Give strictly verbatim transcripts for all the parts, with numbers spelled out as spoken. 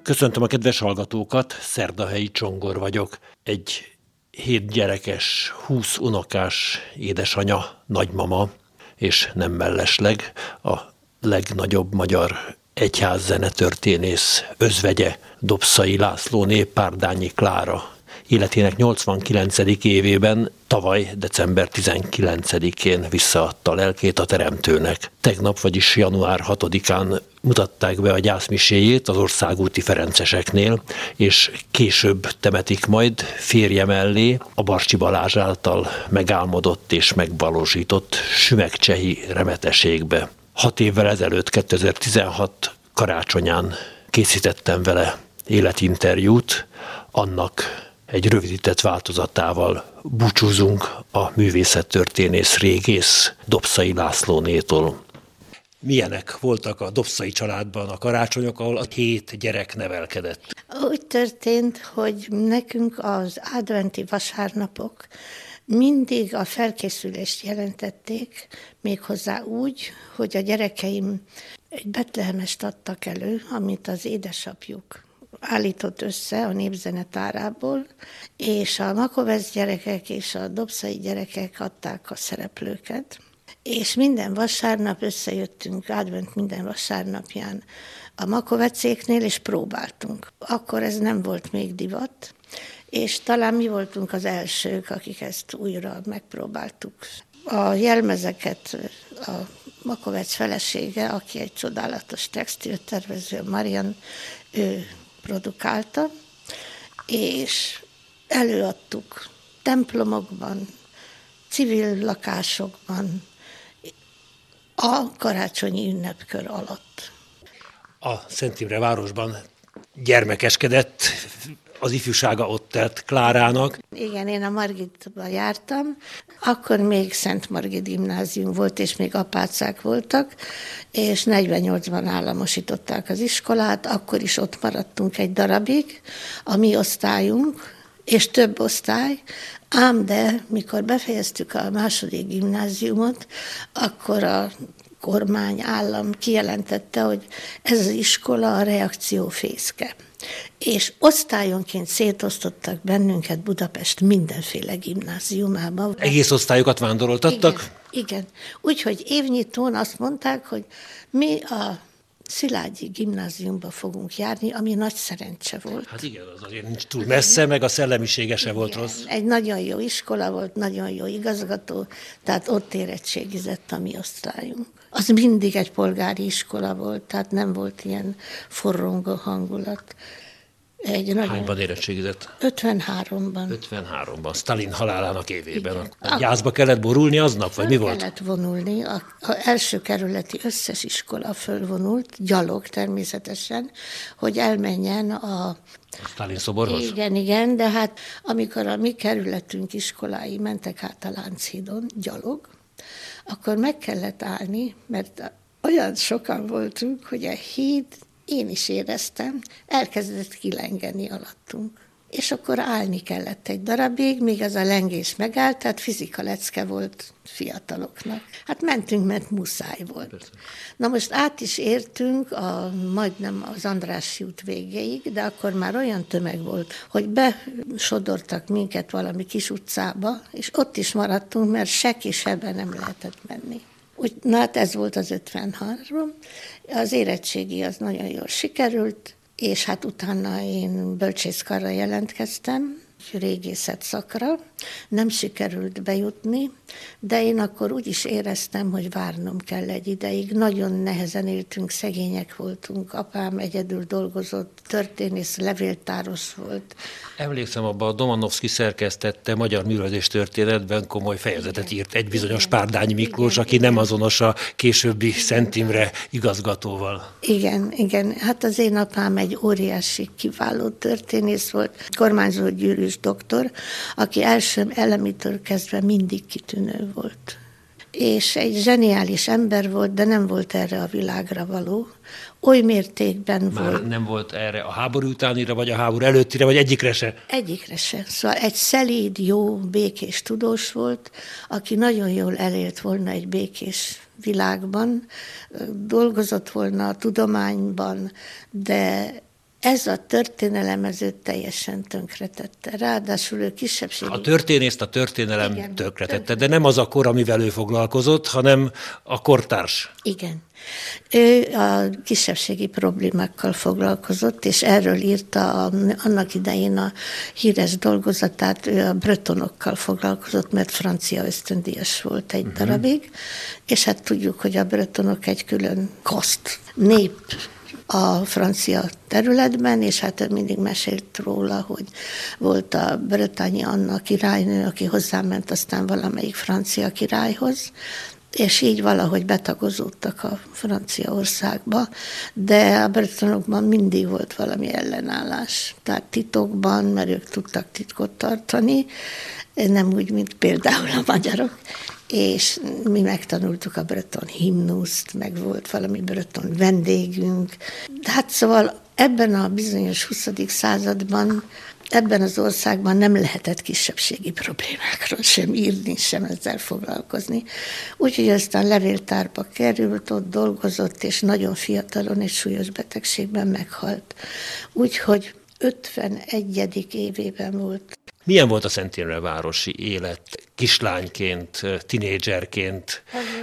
Köszöntöm a kedves hallgatókat, Szerdahelyi Csongor vagyok. Egy hét gyerekes, húsz unokás édesanya, nagymama, és nem mellesleg a legnagyobb magyar egyházzenetörténész özvegye, Dobszai Lászlóné Párdányi Klára életének nyolcvankilencedik évében tavaly december tizenkilencedikén visszaadta lelkét a Teremtőnek. Tegnap, vagyis január hatodikán mutatták be a gyászmiséjét az Országúti Ferenceseknél, és később temetik majd férje mellé a Barcsi Balázs által megálmodott és megvalósított sümegcsehi remeteségbe. Hat évvel ezelőtt, kétezer-tizenhat karácsonyán készítettem vele életinterjút, annak egy rövidített változatával búcsúzunk a művészettörténész régész Dobszai Lászlónétól. Milyenek voltak a Dobszai családban a karácsonyok, ahol a hét gyerek nevelkedett? Úgy történt, hogy nekünk az adventi vasárnapok mindig a felkészülést jelentették, méghozzá úgy, hogy a gyerekeim egy betlehemest adtak elő, amit az édesapjuk állított össze a népzenetárából, és a Makovec gyerekek és a Dobszai gyerekek adták a szereplőket, és minden vasárnap összejöttünk, advent minden vasárnapján a Makovecéknél, és próbáltunk. Akkor ez nem volt még divat, és talán mi voltunk az elsők, akik ezt újra megpróbáltuk. A jelmezeket a Makovec felesége, aki egy csodálatos textiltervező, Marian, ő produkálta, és előadtuk templomokban, civil lakásokban, a karácsonyi ünnepkör alatt. A Szent Imre városban gyermekeskedett, az ifjúsága ott telt Klárának. Igen, én a Margitba jártam, akkor még Szent Margit gimnázium volt, és még apácák voltak, és negyvennyolcban államosították az iskolát, akkor is ott maradtunk egy darabig, a mi osztályunk, és több osztály, ám de mikor befejeztük a második gimnáziumot, akkor a kormány, állam kijelentette, hogy ez az iskola a reakciófészke. És osztályonként szétosztottak bennünket Budapest mindenféle gimnáziumába. Egész osztályokat vándoroltattak? Igen, igen. Úgyhogy évnyitón azt mondták, hogy mi a Szilágyi gimnáziumba fogunk járni, ami nagy szerencse volt. Hát igen, az azért nincs túl messze, meg a szellemisége se volt rossz. Egy nagyon jó iskola volt, nagyon jó igazgató, tehát ott érettségizett a mi osztályunk. Az mindig egy polgári iskola volt, tehát nem volt ilyen forrongó hangulat. Egy nagyon... Hányban érettségizett? ötvenháromban. ötvenháromban, Sztálin halálának évében. A gyászba kellett borulni aznap, vagy mi volt? Kellett vonulni. A, a első kerületi összes iskola fölvonult, gyalog természetesen, hogy elmenjen a... A Sztálin szoborhoz? Igen, igen, de hát amikor a mi kerületünk iskolái mentek át a Lánchídon, gyalog, akkor meg kellett állni, mert olyan sokan voltunk, hogy a híd, én is éreztem, elkezdett kilengeni alattunk. És akkor állni kellett egy darabig, míg az a lengés megállt, tehát fizika lecke volt fiataloknak. Hát mentünk, mert muszáj volt. Persze. Na most át is értünk a, majdnem az Andrássy út végéig, de akkor már olyan tömeg volt, hogy besodortak minket valami kis utcába, és ott is maradtunk, mert se ki sebe nem lehetett menni. Úgy, na hát ez volt az ötvenhárom. Az érettségi az nagyon jól sikerült, és hát utána én bölcsészkarra jelentkeztem, régészet szakra, nem sikerült bejutni, de én akkor úgy is éreztem, hogy várnom kell egy ideig. Nagyon nehezen éltünk, szegények voltunk, apám egyedül dolgozott, történész, levéltáros volt. Emlékszem, abban a Domanovszky szerkesztette Magyar Művelődés Történetben komoly fejezetet írt egy bizonyos igen. Párdányi Miklós, igen, aki igen. nem azonos a későbbi Szent Imre igazgatóval. Igen, igen. Hát az én apám egy óriási, kiváló történész volt, kormányzó gyűrűs doktor, aki első elemitől kezdve mindig kitűnő volt. És egy zseniális ember volt, de nem volt erre a világra való. Oly mértékben Már volt. nem volt erre a háború utánira, vagy a háború előttire, vagy egyikre se? Egyikre se. Szóval egy szelíd, jó, békés tudós volt, aki nagyon jól elélt volna egy békés világban, dolgozott volna a tudományban, de ez a történelem ez őt teljesen tönkretette. Ráadásul ő kisebbségi... A történészt a történelem igen, tönkretette, de nem az a kor, amivel ő foglalkozott, hanem a kortárs. Igen. Ő a kisebbségi problémákkal foglalkozott, és erről írta a, annak idején a híres dolgozatát, ő a bretonokkal foglalkozott, mert francia ösztöndíjas volt egy uh-huh. darabig, és hát tudjuk, hogy a bretonok egy külön kaszt, nép a francia területben, és hát ő mindig mesélt róla, hogy volt a Bretagne Anna királynő, aki hozzáment aztán valamelyik francia királyhoz, és így valahogy betagozódtak a Franciaországba, de a bretonokban mindig volt valami ellenállás. Tehát titokban, mert ők tudtak titkot tartani, nem úgy, mint például a magyarok, és mi megtanultuk a breton himnuszt, meg volt valami breton vendégünk. De hát szóval ebben a bizonyos huszadik században, ebben az országban nem lehetett kisebbségi problémákról sem írni, sem ezzel foglalkozni. Úgyhogy aztán levéltárba került, ott dolgozott, és nagyon fiatalon egy súlyos betegségben meghalt. Úgyhogy ötvenegyedik évében volt. Milyen volt a Szent Imre városi élet kislányként, tinédzserként?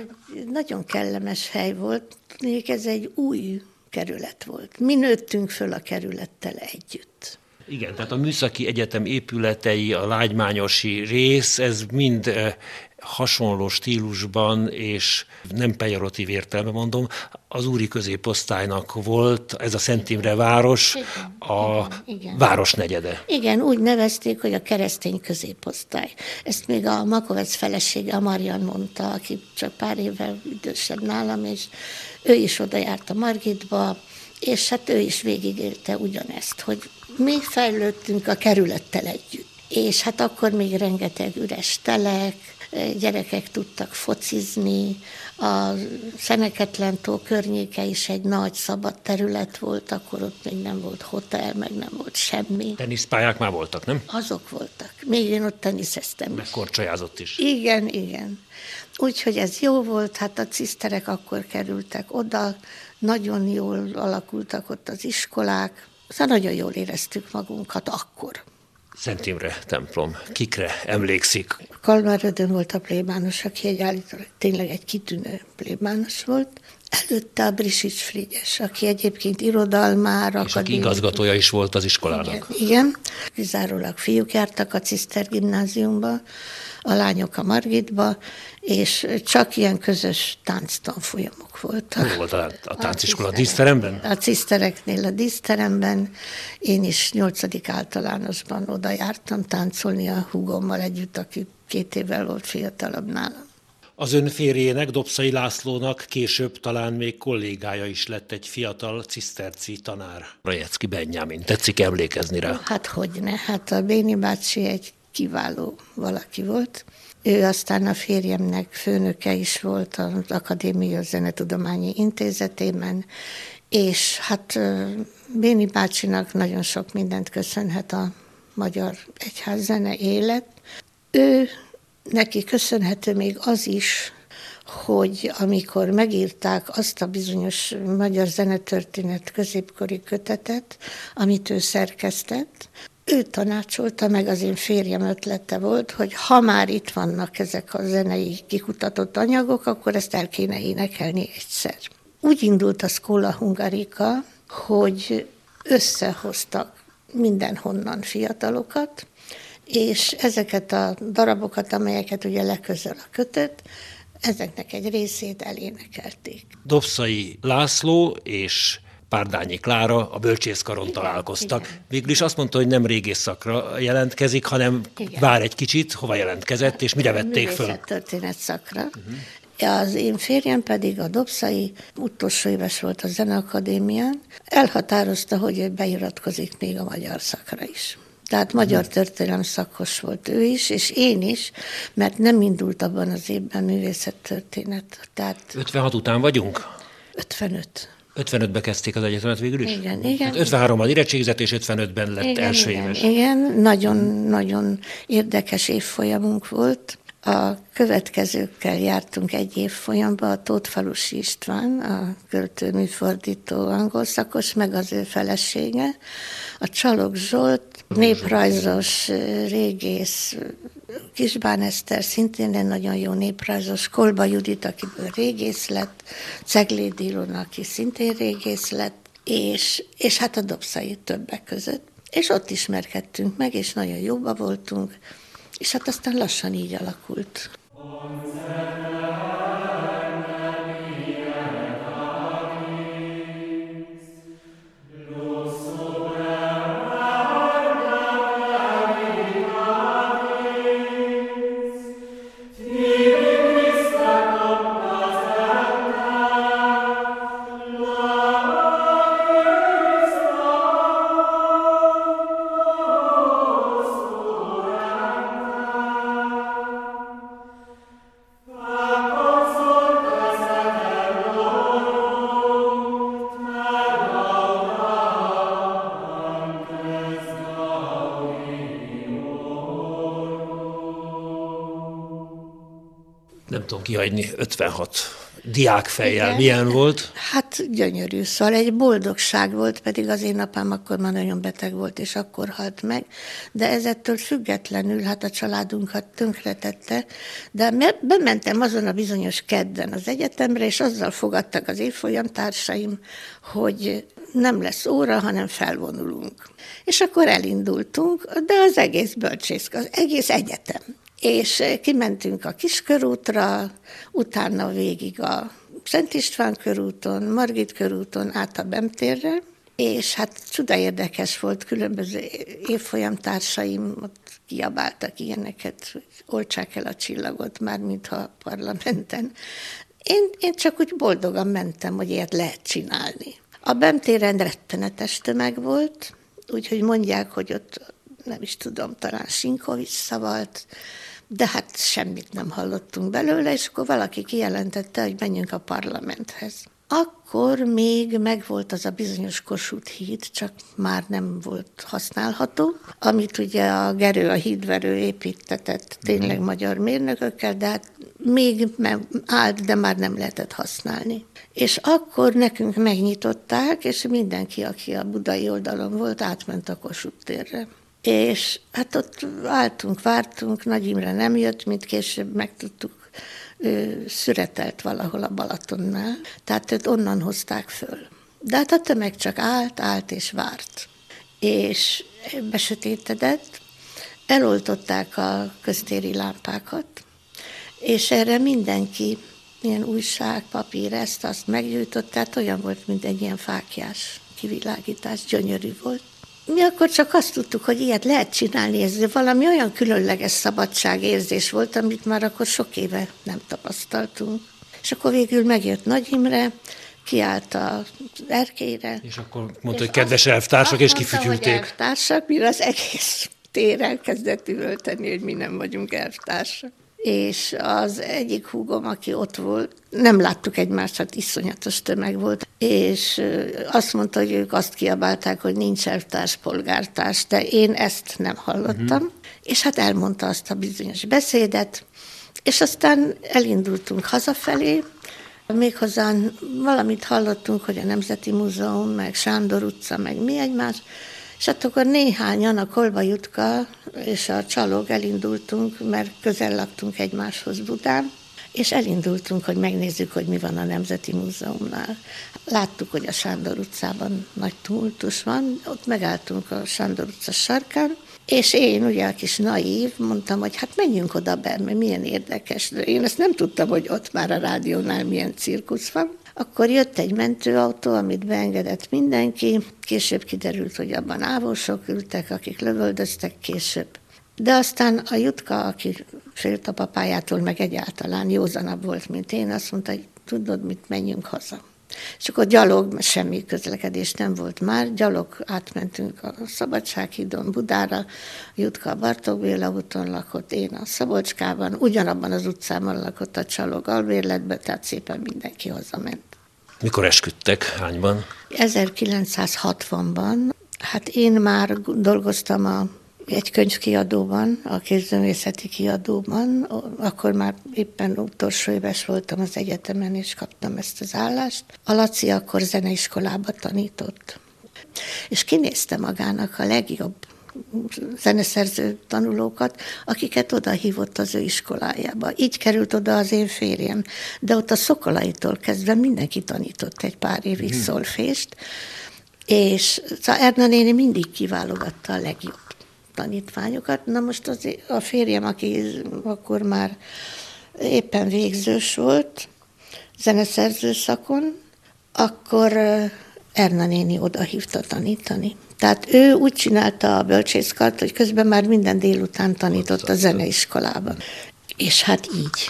Nagyon kellemes hely volt, még ez egy új kerület volt. Mi nőttünk föl a kerülettel együtt. Igen, tehát a Műszaki Egyetem épületei, a lágymányosi rész, ez mind hasonló stílusban, és nem pejoratív értelme mondom, az úri középosztálynak volt ez a Szent Imre város, igen, a igen, igen. városnegyede. Igen, úgy nevezték, hogy a keresztény középosztály. Ezt még a Makovec felesége, a Marian mondta, aki csak pár évvel idősebb nálam, és ő is oda járt a Margitba, és hát ő is végigélte ugyanezt, hogy mi fejlődtünk a kerülettel együtt. És hát akkor még rengeteg üres telek, gyerekek tudtak focizni, a Szeneketlen-tó környéke is egy nagy szabad terület volt, akkor ott még nem volt hotel, meg nem volt semmi. Teniszpályák már voltak, nem? Azok voltak. Még én ott teniszeztem is. Meg korcsolyázott is. Igen, igen. Úgyhogy ez jó volt, hát a ciszterek akkor kerültek oda, nagyon jól alakultak ott az iskolák, szóval nagyon jól éreztük magunkat akkor. Szent Imre templom. Kikre emlékszik? Kalmár Rödön volt a plébános, aki egy állítólag tényleg egy kitűnő plébános volt. Előtte a Brisics Frigyes, aki egyébként irodalmár, és aki igazgatója is volt az iskolának. Igen, igen. Kizárólag fiúk jártak a Ciszter gimnáziumba, a lányok a Margitba, és csak ilyen közös tánctanfolyamok voltak. Hol volt a, a tánciskola? A díszteremben? A cisztereknél a díszteremben. Én is nyolcadik általánosban oda jártam táncolni a húgommal együtt, aki két évvel volt fiatalabb nálam. Az ön férjének, Dobszai Lászlónak később talán még kollégája is lett egy fiatal ciszterci tanár. Rajecki Benyámin. Tetszik emlékezni rá? Hát hogyne. Hát a Béni bácsi egy kiváló valaki volt. Ő aztán a férjemnek főnöke is volt az Akadémia Zenetudományi Intézetében, és hát Béni bácsinak nagyon sok mindent köszönhet a magyar egyházzene élet. Ő neki köszönhető még az is, hogy amikor megírták azt a bizonyos magyar zenetörténet középkori kötetet, amit ő szerkesztett, ő tanácsolta, meg az én férjem ötlete volt, hogy ha már itt vannak ezek a zenei kikutatott anyagok, akkor ezt el kéne énekelni egyszer. Úgy indult a Schola Hungarica, hogy összehoztak mindenhonnan fiatalokat, és ezeket a darabokat, amelyeket ugye leközöl a kötet, ezeknek egy részét elénekelték. Dobszai László és Párdányi Klára a bölcsészkaron igen, találkoztak. Igen. Végül is azt mondta, hogy nem régész szakra jelentkezik, hanem igen. vár egy kicsit, hova jelentkezett, és mire vették föl? Művészettörténet szakra. Uh-huh. Az én férjem pedig a Dobszai utolsó éves volt a Zeneakadémián, elhatározta, hogy ő beiratkozik még a magyar szakra is. Tehát magyar történelem szakos volt ő is, és én is, mert nem indult abban az évben művészettörténet. Tehát ötvenhat után vagyunk? ötvenöt. ötvenötbe kezdték az egyetemet végül is? Igen, igen. Hát ötvenháromban érettségizett, és ötvenötben lett igen, első igen, éves. Igen, nagyon, hmm. nagyon érdekes évfolyamunk volt. A következőkkel jártunk egy évfolyamba, a Tótfalusi István, a költőműfordító angol szakos, meg az ő felesége, a Csalog Zsolt, néprajzos, régész, Kisbán Eszter, szintén egy nagyon jó néprajzos, Kolba Judit, akiből régész lett, Cegléd Ilona, aki szintén régész lett, és, és hát a Dobszai többek között. És ott ismerkedtünk meg, és nagyon jóba voltunk, és hát aztán lassan így alakult. Nem tudom kihagyni, ötvenhat diákfejjel. Igen. Milyen volt? Hát gyönyörű, szóval egy boldogság volt, pedig az én apám akkor már nagyon beteg volt, és akkor halt meg, de ezettől függetlenül, hát a családunkat tönkretette, de bementem azon a bizonyos kedden az egyetemre, és azzal fogadtak az évfolyamtársaim, hogy nem lesz óra, hanem felvonulunk. És akkor elindultunk, de az egész bölcsészk, az egész egyetem. És kimentünk a Kiskörútra, utána végig a Szent István körúton, Margit körúton, át a Bemtérre, és hát csuda érdekes volt, különböző évfolyamtársaim ott kiabáltak ilyeneket, hogy oltsák el a csillagot, már mintha a parlamenten. Én, én csak úgy boldogan mentem, hogy ilyet lehet csinálni. A Bemtéren rettenetes tömeg volt, úgyhogy mondják, hogy ott nem is tudom, talán Sinkó visszavalt, de hát semmit nem hallottunk belőle, és akkor valaki kijelentette, hogy menjünk a parlamenthez. Akkor még megvolt az a bizonyos Kossuth híd, csak már nem volt használható, amit ugye a Gerő, a hídverő építetett tényleg magyar mérnökökkel, de hát még állt, de már nem lehetett használni. És akkor nekünk megnyitották, és mindenki, aki a budai oldalon volt, átment a Kossuth térre. És hát ott álltunk, vártunk, Nagy Imre nem jött, mint később megtudtuk, ő szüretelt valahol a Balatonnál, tehát őt onnan hozták föl. De hát a tömeg csak állt, állt és várt. És besötétedett, eloltották a köztéri lámpákat, és erre mindenki, ilyen újság, papír, ezt, azt meggyújtott, tehát olyan volt, mint egy ilyen fáklyás kivilágítás, gyönyörű volt. Mi akkor csak azt tudtuk, hogy ilyet lehet csinálni, ez valami olyan különleges szabadságérzés volt, amit már akkor sok éve nem tapasztaltunk. És akkor végül megjött Nagy Imre, kiállt az erkélyre. És akkor mondta, hogy kedves elvtársak, és kifütyülték. Mondta, hogy elvtársak, mire az egész tér elkezdett üvölteni, hogy mi nem vagyunk elvtársak. És az egyik húgom, aki ott volt, nem láttuk egymást, hát iszonyatos tömeg volt, és azt mondta, hogy ők azt kiabálták, hogy nincs elvtárs, polgártárs, de én ezt nem hallottam, uh-huh. És hát elmondta azt a bizonyos beszédet, és aztán elindultunk hazafelé, méghozzá valamit hallottunk, hogy a Nemzeti Múzeum, meg Sándor utca, meg mi egymás, és hát akkor néhányan, a Kolba Jutka és a Csalog elindultunk, mert közel laktunk egymáshoz Budán, és elindultunk, hogy megnézzük, hogy mi van a Nemzeti Múzeumnál. Láttuk, hogy a Sándor utcában nagy tumultus van, ott megálltunk a Sándor utca sarkán, és én, ugye a kis naív, mondtam, hogy hát menjünk oda be, mert milyen érdekes. De én ezt nem tudtam, hogy ott már a rádiónál milyen cirkusz van. Akkor jött egy mentőautó, amit beengedett mindenki, később kiderült, hogy abban ávósok ültek, akik lövöldöztek később. De aztán a Jutka, aki félt a papájától, meg egyáltalán józanabb volt, mint én, azt mondta, hogy tudod mit, menjünk haza. És akkor gyalog, mert semmi közlekedés nem volt már, gyalog átmentünk a Szabadsághídon Budára, a Jutka a Bartók Béla úton lakott, én a Szabolcskában, ugyanabban az utcában lakott a Csalog albérletben, tehát szépen mindenki hazament. Mikor esküdtek? Hányban? ezerkilencszázhatvanban. Hát én már dolgoztam a egy könyvkiadóban, a képzőművészeti kiadóban, akkor már éppen utolsó éves voltam az egyetemen, és kaptam ezt az állást. A Laci akkor zeneiskolába tanított. És kinézte magának a legjobb zeneszerző tanulókat, akiket oda hívott az ő iskolájába. Így került oda az én férjem. De ott a Szokolaitól kezdve mindenki tanított egy pár évig hmm. szolfést, és Erna néni mindig kiválogatta a legjobb tanítványokat. Na most az, a férjem, aki akkor már éppen végzős volt, zeneszerző szakon, akkor Erna néni oda hívta tanítani. Tehát ő úgy csinálta a bölcsészkart, hogy közben már minden délután tanított a zeneiskolában. És hát így.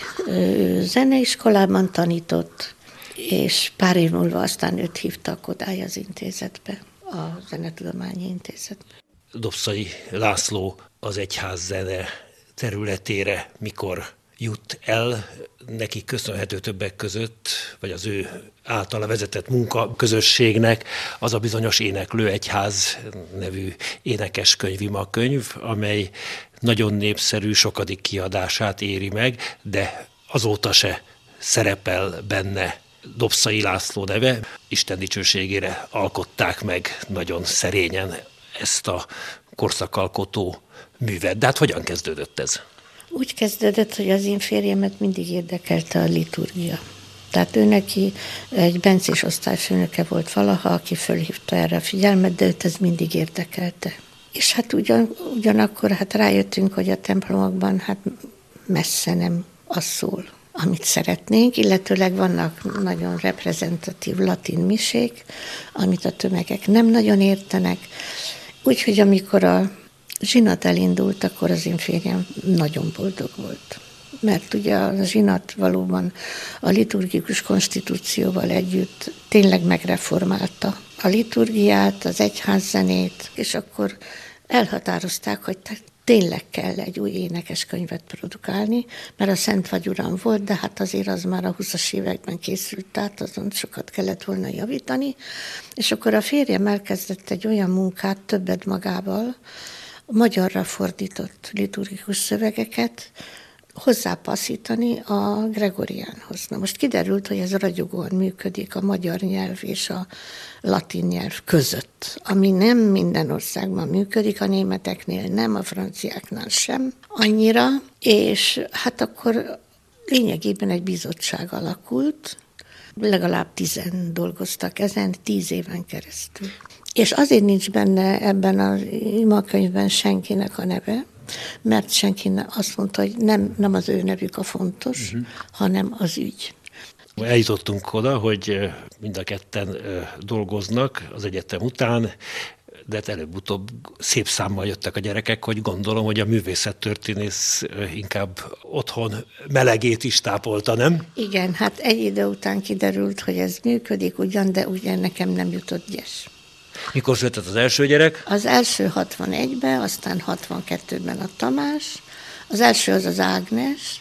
Ő zeneiskolában tanított, és pár év múlva aztán őt hívtak odája az intézetbe, a Zenetudományi Intézetbe. Dobszai László az egyházzene területére mikor jut el, neki köszönhető többek között, vagy az ő általa vezetett munkaközösségnek az a bizonyos Éneklő Egyház nevű énekeskönyv, imakönyv, amely nagyon népszerű, sokadik kiadását éri meg, de azóta se szerepel benne Dobszai László neve. Isten dicsőségére alkották meg nagyon szerényen ezt a korszakalkotó művet. De hát hogyan kezdődött ez? Úgy kezdődött, hogy az én férjemet mindig érdekelte a liturgia. Tehát ő neki egy bencés osztályfőnöke volt valaha, aki fölhívta erre a figyelmet, de őt ez mindig érdekelte. És hát ugyan, ugyanakkor hát rájöttünk, hogy a templomokban hát messze nem az szól, amit szeretnénk, illetőleg vannak nagyon reprezentatív latin misék, amit a tömegek nem nagyon értenek. Úgyhogy amikor a zsinat elindult, akkor az én férjem nagyon boldog volt. Mert ugye a zsinat valóban a liturgikus konstitúcióval együtt tényleg megreformálta a liturgiát, az egyházzenét, és akkor elhatározták, hogy tényleg kell egy új énekeskönyvet produkálni, mert a Szent Vagy Uram volt, de hát azért az már a huszas években készült, tehát azon sokat kellett volna javítani, és akkor a férjem elkezdett egy olyan munkát többet magával, magyarra fordított liturgikus szövegeket hozzápasszítani a gregoriánhoz. Na most kiderült, hogy ez ragyogóan működik a magyar nyelv és a latin nyelv között, ami nem minden országban működik, a németeknél nem, a franciáknál sem annyira, és hát akkor lényegében egy bizottság alakult, legalább tizen dolgoztak ezen, tíz éven keresztül. És azért nincs benne ebben az imakönyvben senkinek a neve, mert senki azt mondta, hogy nem, nem az ő nevük a fontos, uh-huh. hanem az ügy. Eljutottunk oda, hogy mind a ketten dolgoznak az egyetem után, de előbb-utóbb szép számmal jöttek a gyerekek, hogy gondolom, hogy a művészettörténész inkább otthon melegét is tápolta, nem? Igen, hát egy idő után kiderült, hogy ez működik ugyan, de ugyan nekem nem jutott gyes. Mikor született az első gyerek? Az első hatvanegyben, aztán hatvankettőben a Tamás. Az első az az Ágnes,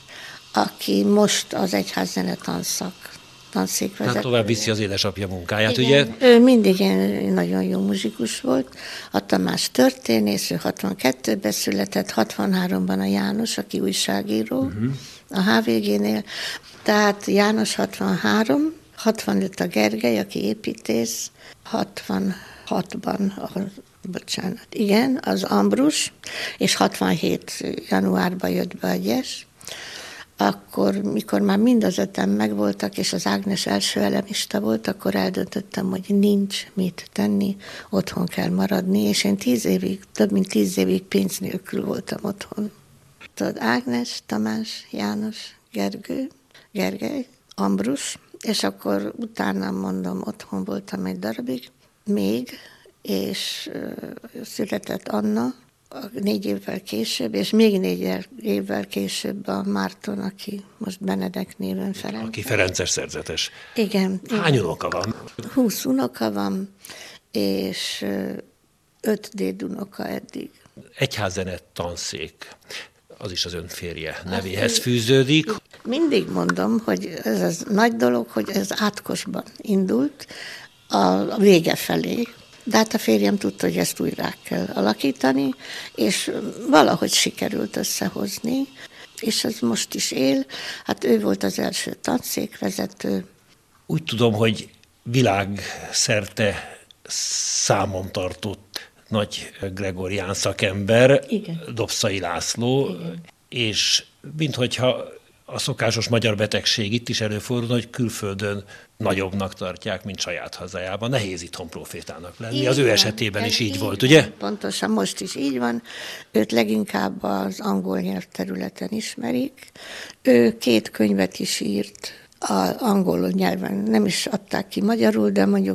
aki most az egyházzene tanszak, tanszékvezető. Hát tovább viszi az édesapja munkáját, igen, ugye? Ő mindig nagyon jó muzsikus volt. A Tamás történész, ő hatvankettőben született, hatvanháromban a János, aki újságíró, uh-huh. a há vé génél. Tehát János hatvanhárom, hatvanöt a Gergely, aki építész, hatvanhatban a bocsánat, igen, az Ambrus, és hatvanhét januárban jött be a Gyes. Akkor, mikor már mind az öten megvoltak, és az Ágnes első elemista volt, akkor eldöntöttem, hogy nincs mit tenni, otthon kell maradni, és én tíz évig, több mint tíz évig pénz nélkül voltam otthon. Tudod, Ágnes, Tamás, János, Gergő, Gergely, Ambrus, és akkor utána mondom, otthon voltam egy darabig, még, és uh, született Anna, négy évvel később, és még négy évvel később a Márton, aki most Benedek néven Ferenc. Aki ferences szerzetes. Igen. Hány unoka van? Húsz unoka van, és öt dédunoka eddig. Egyházzene tanszék, az is az ön férje nevéhez fűződik. Mindig mondom, hogy ez az nagy dolog, hogy ez Átkosban indult, a vége felé. De hát a férjem tudta, hogy ezt újra kell alakítani, és valahogy sikerült összehozni, és ez most is él. Hát ő volt az első tanszékvezető. Úgy tudom, hogy világszerte számon tartott nagy gregorián szakember, igen. Dobszai László, igen. És minthogyha a szokásos magyar betegség itt is előfordul, hogy külföldön nagyobbnak tartják, mint saját hazájában. Nehéz itthon profétának lenni. Igen, az ő esetében is így, így volt, ugye? Pontosan, most is így van. Őt leginkább az angol nyelvterületen ismerik. Ő két könyvet is írt az angol nyelven. Nem is adták ki magyarul, de mondjuk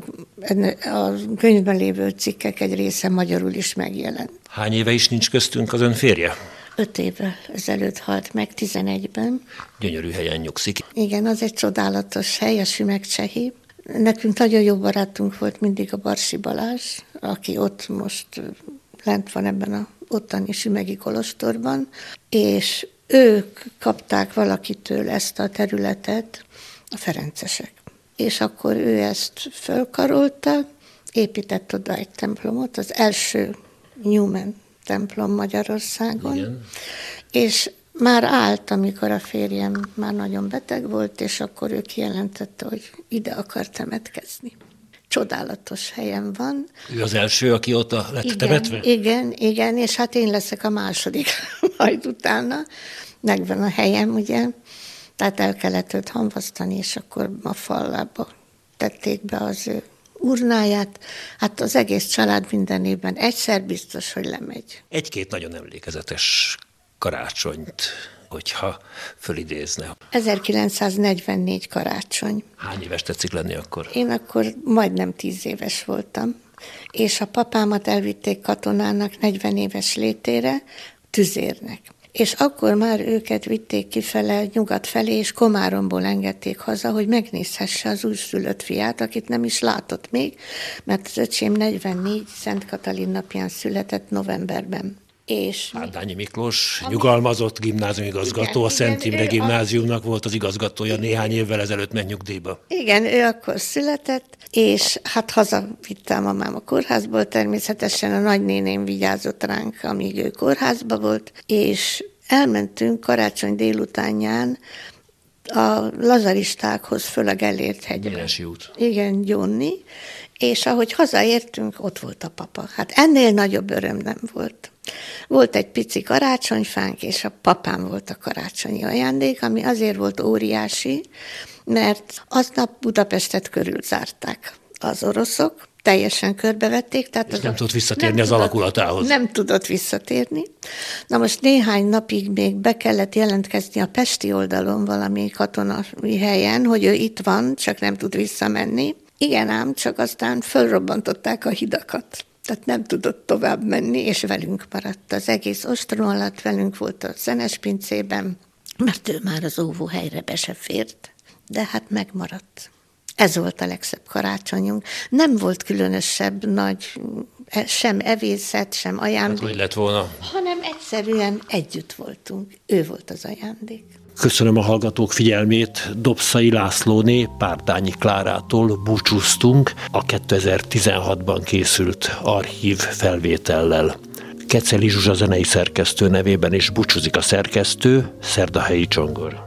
a könyvben lévő cikkek egy része magyarul is megjelent. Hány éve is nincs köztünk az ön férje? Öt évvel ezelőtt halt meg, tizenegyben. Gyönyörű helyen nyugszik. Igen, az egy csodálatos hely, a Sümegcsehi. Nekünk nagyon jó barátunk volt mindig a Barsi Balázs, aki ott most lent van ebben a ottani sümegi kolostorban, és ők kapták valakitől ezt a területet, a ferencesek. És akkor ő ezt fölkarolta, épített oda egy templomot, az első Newman templom Magyarországon, igen. És már állt, amikor a férjem már nagyon beteg volt, és akkor ő kijelentette, hogy ide akar temetkezni. Csodálatos helyen van. Ő az első, aki ott lett igen, temetve? Igen, igen, és hát én leszek a második majd utána. Megvan a helyem, ugye, tehát el kellett őt hamvasztani, és akkor a fallába tették be az ő urnáját. Hát az egész család minden évben egyszer biztos, hogy lemegy. Egy-két nagyon emlékezetes karácsonyt, hogyha fölidézne. ezerkilencszáznegyvennégy karácsony. Hány éves tetszik lenni akkor? Én akkor majdnem tíz éves voltam, és a papámat elvitték katonának negyven éves létére, tüzérnek. És akkor már őket vitték kifele, nyugat felé, és Komáromból engedték haza, hogy megnézhesse az újszülött fiát, akit nem is látott még, mert az öcsém negyvennégy Szent Katalin napján született novemberben. És Árdányi Miklós, ami... nyugalmazott gimnáziumigazgató, igen, a Szent Imre gimnáziumnak a... volt az igazgatója, igen. Néhány évvel ezelőtt ment nyugdíjba. Igen, ő akkor született, és hát hazavitte a mamám a kórházból, természetesen a nagynéném vigyázott ránk, amíg ő kórházba volt, és elmentünk karácsony délutánján a lazaristákhoz föl a Gellért hegyre. Nyíresi út. Igen, Gyonni, és ahogy hazaértünk, ott volt a papa. Hát ennél nagyobb öröm nem volt. Volt egy pici karácsonyfánk, és a papám volt a karácsonyi ajándék, ami azért volt óriási, mert aznap Budapestet körülzárták az oroszok, teljesen körbevették. Tehát az nem tudott visszatérni az tudott, alakulatához. Nem tudott visszatérni. Na most néhány napig még be kellett jelentkezni a pesti oldalon valami katonai helyen, hogy ő itt van, csak nem tud visszamenni. Igen ám, csak aztán fölrobbantották a hidakat. Tehát nem tudott tovább menni, és velünk maradt. Az egész ostrom alatt velünk volt a Szenespincében, mert ő már az óvóhelyre be se fért, de hát megmaradt. Ez volt a legszebb karácsonyunk. Nem volt különösebb nagy, sem evészet, sem ajándék. Hát, hogy lett volna? Hanem egyszerűen együtt voltunk. Ő volt az ajándék. Köszönöm a hallgatók figyelmét. Dobszai Lászlóné Párdányi Klárától búcsúztunk a kétezer-tizenhatban készült archív felvétellel. Keceli Zsuzsa zenei szerkesztő nevében is búcsúzik a szerkesztő, Szerdahelyi Csongor.